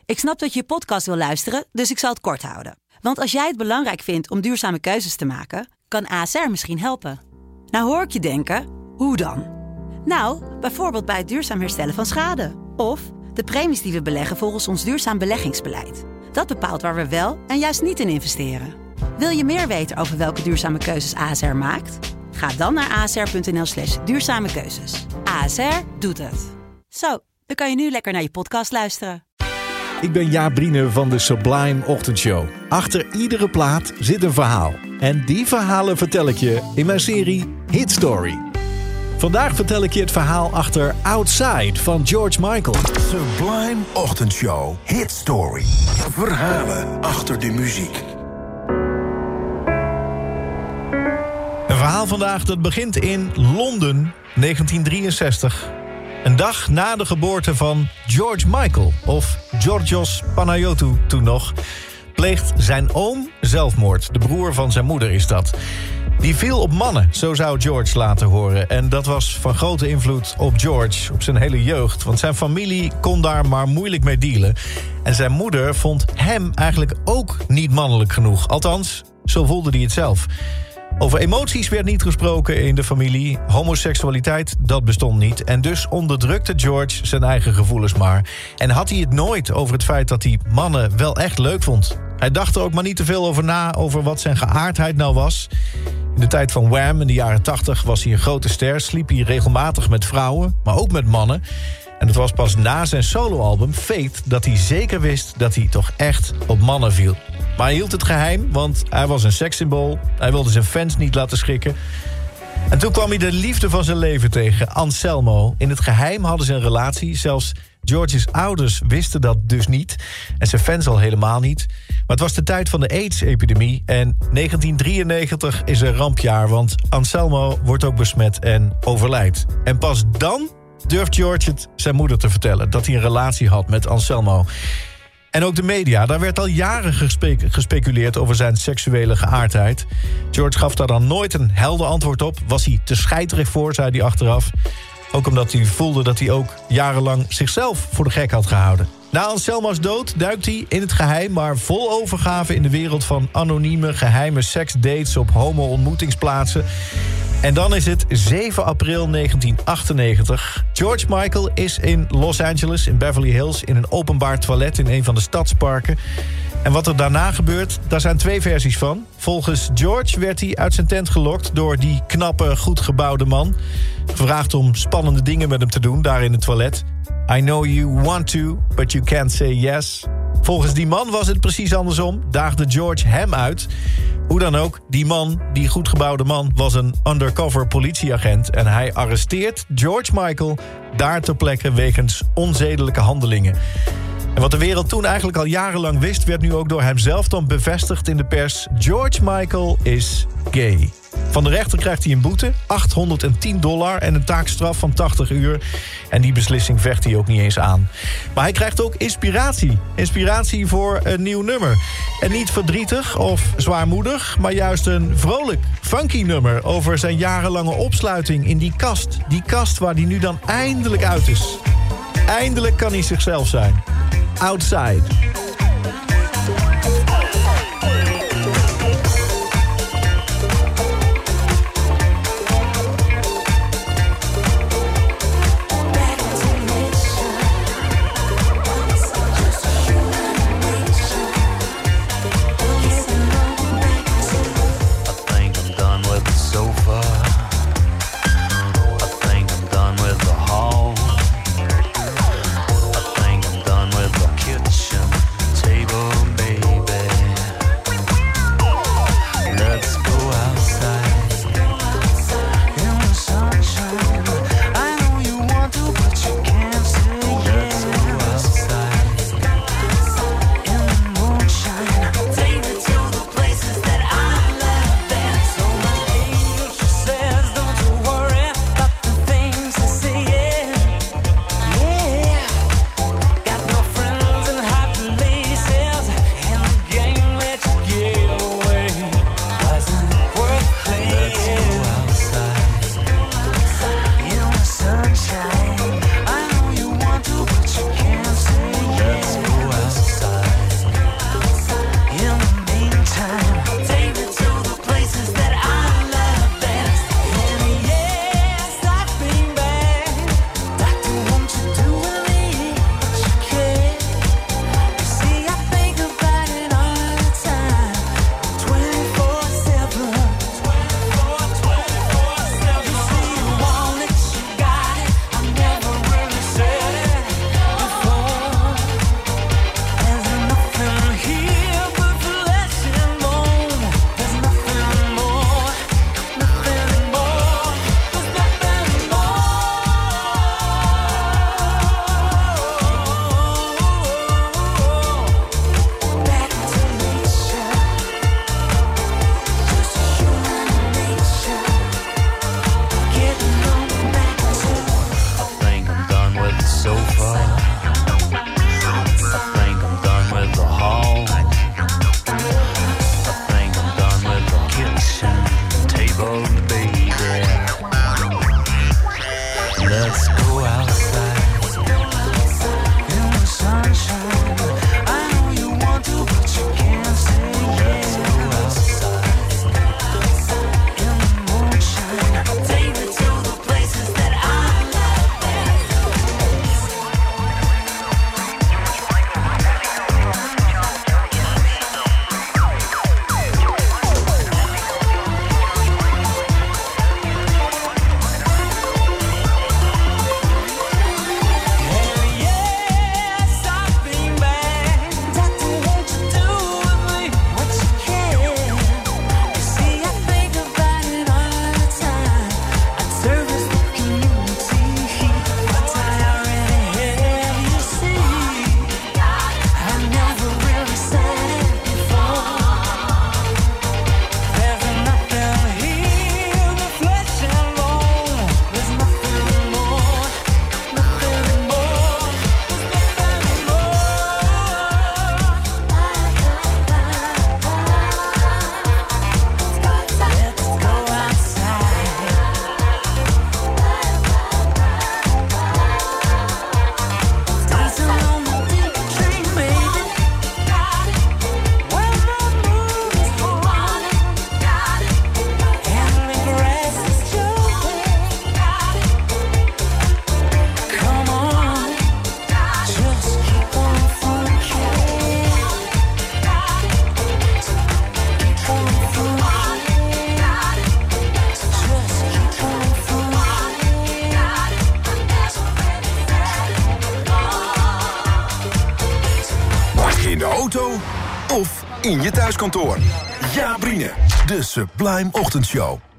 Ik snap dat je podcast wil luisteren, dus ik zal het kort houden. Want als jij het belangrijk vindt om duurzame keuzes te maken, kan ASR misschien helpen. Nou hoor ik je denken, hoe dan? Nou, bijvoorbeeld bij het duurzaam herstellen van schade. Of de premies die we beleggen volgens ons duurzaam beleggingsbeleid. Dat bepaalt waar we wel en juist niet in investeren. Wil je meer weten over welke duurzame keuzes ASR maakt? Ga dan naar asr.nl/duurzame keuzes. ASR doet het. Zo, dan kan je nu lekker naar je podcast luisteren. Ik ben Jaap Brienen van de Sublime Ochtendshow. Achter iedere plaat zit een verhaal. En die verhalen vertel ik je in mijn serie Hit Story. Vandaag vertel ik je het verhaal achter Outside van George Michael. Sublime Ochtendshow Hit Story. Verhalen achter de muziek. Een verhaal vandaag dat begint in Londen, 1963. Een dag na de geboorte van George Michael, of Georgios Panayotou toen nog, pleegt zijn oom zelfmoord. De broer van zijn moeder is dat. Die viel op mannen, zo zou George laten horen. En dat was van grote invloed op George, op zijn hele jeugd. Want zijn familie kon daar maar moeilijk mee dealen. En zijn moeder vond hem eigenlijk ook niet mannelijk genoeg. Althans, zo voelde hij het zelf. Over emoties werd niet gesproken in de familie. Homoseksualiteit, dat bestond niet. En dus onderdrukte George zijn eigen gevoelens maar. En had hij het nooit over het feit dat hij mannen wel echt leuk vond. Hij dacht er ook maar niet te veel over na over wat zijn geaardheid nou was. In de tijd van Wham in de jaren 80 was hij een grote ster. Sliep hij regelmatig met vrouwen, maar ook met mannen. En het was pas na zijn soloalbum Fate dat hij zeker wist dat hij toch echt op mannen viel. Maar hij hield het geheim, want hij was een sekssymbool. Hij wilde zijn fans niet laten schrikken. En toen kwam hij de liefde van zijn leven tegen, Anselmo. In het geheim hadden ze een relatie. Zelfs George's ouders wisten dat dus niet. En zijn fans al helemaal niet. Maar het was de tijd van de AIDS-epidemie. En 1993 is een rampjaar, want Anselmo wordt ook besmet en overlijdt. En pas dan durft George het zijn moeder te vertellen dat hij een relatie had met Anselmo. En ook de media, daar werd al jaren gespeculeerd over zijn seksuele geaardheid. George gaf daar dan nooit een helder antwoord op. Was hij te scheiterig voor, zei hij achteraf. Ook omdat hij voelde dat hij ook jarenlang zichzelf voor de gek had gehouden. Na Anselmo's dood duikt hij in het geheim, maar vol overgave in de wereld van anonieme, geheime seksdates op homo-ontmoetingsplaatsen. En dan is het 7 april 1998. George Michael is in Los Angeles, in Beverly Hills, in een openbaar toilet in een van de stadsparken. En wat er daarna gebeurt, daar zijn 2 versies van. Volgens George werd hij uit zijn tent gelokt door die knappe, goed gebouwde man. Gevraagd om spannende dingen met hem te doen, daar in het toilet. I know you want to, but you can't say yes. Volgens die man was het precies andersom. Daagde George hem uit. Hoe dan ook, die man, die goed gebouwde man, was een undercover politieagent. En hij arresteert George Michael daar ter plekke wegens onzedelijke handelingen. En wat de wereld toen eigenlijk al jarenlang wist, werd nu ook door hemzelf dan bevestigd in de pers. George Michael is gay. Van de rechter krijgt hij een boete, $810 en een taakstraf van 80 uur. En die beslissing vecht hij ook niet eens aan. Maar hij krijgt ook inspiratie. Inspiratie voor een nieuw nummer. En niet verdrietig of zwaarmoedig, maar juist een vrolijk, funky nummer over zijn jarenlange opsluiting in die kast. Die kast waar hij nu dan eindelijk uit is. Eindelijk kan hij zichzelf zijn. Outside. Kitchen. in de auto of in je thuiskantoor. Ja, Brine, de Sublime Ochtendshow.